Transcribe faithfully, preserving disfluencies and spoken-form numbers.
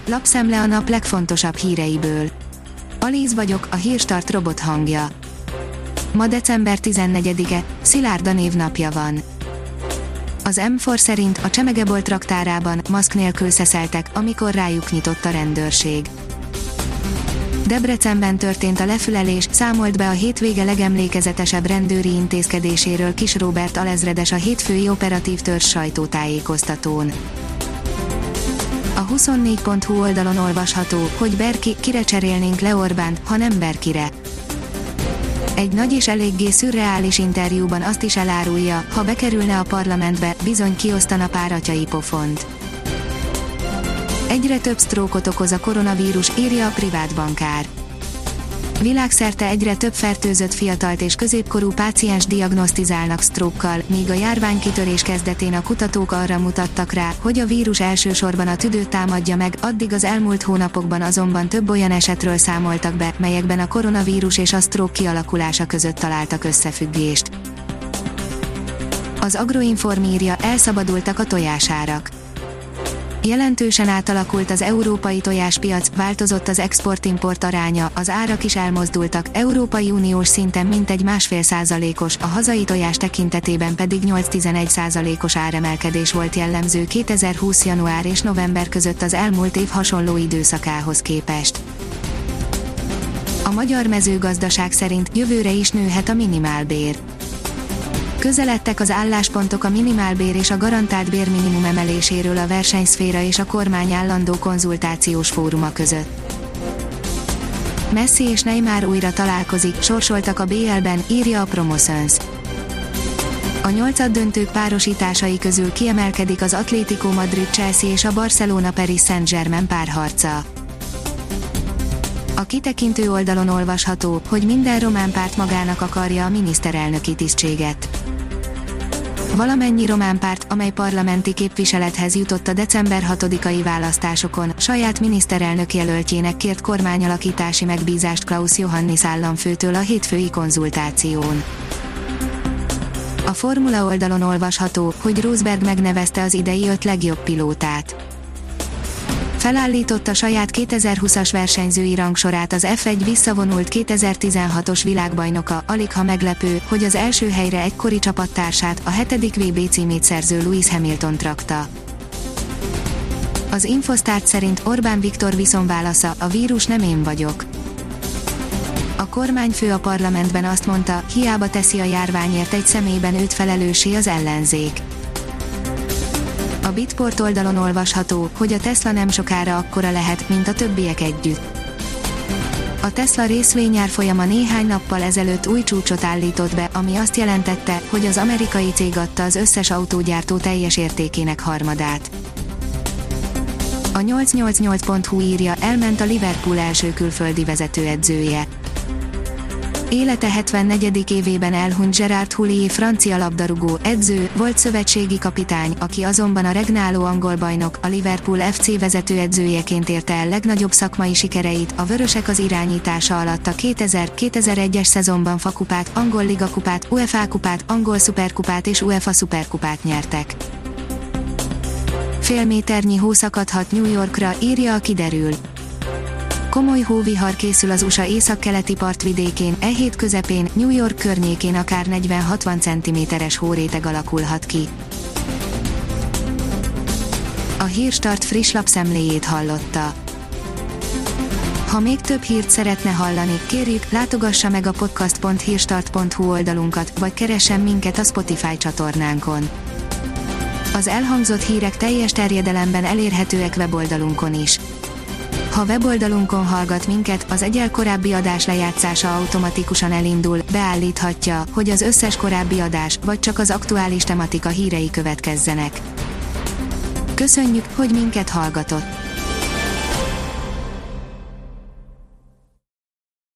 Lapszemle a nap legfontosabb híreiből. Alíz vagyok, a Hírstart robot hangja. Ma december tizennegyedike, Szilárda névnapja van. Az M négy szerint a Csemegebolt raktárában maszk nélkül szeszeltek, amikor rájuk nyitott a rendőrség. Debrecenben történt a lefülelés, számolt be a hétvége legemlékezetesebb rendőri intézkedéséről Kis Róbert alezredes a hétfői operatív törzs sajtótájékoztatón. A huszonnégy pont hu oldalon olvasható, hogy Berki, kire cserélnénk le Orbánt, ha nem Berkire. Egy nagy és eléggé szürreális interjúban azt is elárulja, ha bekerülne a parlamentbe, bizony kiosztana pár atyai pofont. Egyre több sztrókot okoz a koronavírus, írja a privát bankár. Világszerte egyre több fertőzött fiatalt és középkorú páciens diagnosztizálnak sztrókkal, míg a járványkitörés kezdetén a kutatók arra mutattak rá, hogy a vírus elsősorban a tüdőt támadja meg, addig az elmúlt hónapokban azonban több olyan esetről számoltak be, melyekben a koronavírus és a sztrók kialakulása között találtak összefüggést. Az Agroinform írja, elszabadultak a tojásárak. Jelentősen átalakult az európai tojáspiac, változott az export-import aránya, az árak is elmozdultak, Európai Uniós szinten mintegy másfél százalékos, a hazai tojás tekintetében pedig nyolc-tizenegy százalékos áremelkedés volt jellemző kétezer-húsz január és november között az elmúlt év hasonló időszakához képest. A Magyar Mezőgazdaság szerint jövőre is nőhet a minimálbér. Közeledtek az álláspontok a minimálbér és a garantált bérminimum emeléséről a versenyszféra és a kormány állandó konzultációs fóruma között. Messi és Neymar újra találkozik, sorsoltak a bé el-ben, írja a Promoszöns. A nyolcaddöntők párosításai közül kiemelkedik az Atlético Madrid-Chelsea és a Barcelona Paris Saint-Germain párharca. A kitekintő oldalon olvasható, hogy minden román párt magának akarja a miniszterelnöki tisztséget. Valamennyi román párt, amely parlamenti képviselethez jutott a december hatodikai választásokon, saját miniszterelnök jelöltjének kért kormányalakítási megbízást Klaus Johannis államfőtől a hétfői konzultáción. A Formula oldalon olvasható, hogy Rosberg megnevezte az idei öt legjobb pilótát. Felállította saját kétezer-húszas versenyzői rangsorát az ef egy visszavonult kétezer-tizenhatos világbajnoka, aligha meglepő, hogy az első helyre egykori csapattársát, a hetedik vé bé címét szerző Lewis Hamiltont rakta. Az Infosztárt szerint Orbán Viktor viszonválasza, a vírus nem én vagyok. A kormányfő a parlamentben azt mondta, hiába teszi a járványért egy személyben őt felelőssé az ellenzék. A Bitport oldalon olvasható, hogy a Tesla nem sokára akkora lehet, mint a többiek együtt. A Tesla részvényárfolyama néhány nappal ezelőtt új csúcsot állított be, ami azt jelentette, hogy az amerikai cég adta az összes autógyártó teljes értékének harmadát. A nyolcszáznyolcvannyolc pont hu írja, elment a Liverpool első külföldi vezetőedzője. Élete hetvennegyedik évében elhunyt Gerard Houllier francia labdarúgó, edző, volt szövetségi kapitány, aki azonban a regnáló angol bajnok, a Liverpool ef cé vezetőedzőjeként érte el legnagyobb szakmai sikereit, a vörösek az irányítása alatt a kétezer-kétezer-egyes szezonban fakupát, angol ligakupát, UEFA kupát, angol szuperkupát és UEFA szuperkupát nyertek. Fél méternyi hó szakadhat New Yorkra, írja a Kiderül. Komoly hóvihar készül az u es á északkeleti partvidékén, e hét közepén, New York környékén akár negyven-hatvan centiméteres hóréteg alakulhat ki. A Hírstart friss lapszemléjét hallotta. Ha még több hírt szeretne hallani, kérjük, látogassa meg a podcast pont hírstart pont hu oldalunkat, vagy keressen minket a Spotify csatornánkon. Az elhangzott hírek teljes terjedelemben elérhetőek weboldalunkon is. Ha weboldalunkon hallgat minket, az egyel korábbi adás lejátszása automatikusan elindul, beállíthatja, hogy az összes korábbi adás, vagy csak az aktuális tematika hírei következzenek. Köszönjük, hogy minket hallgatott!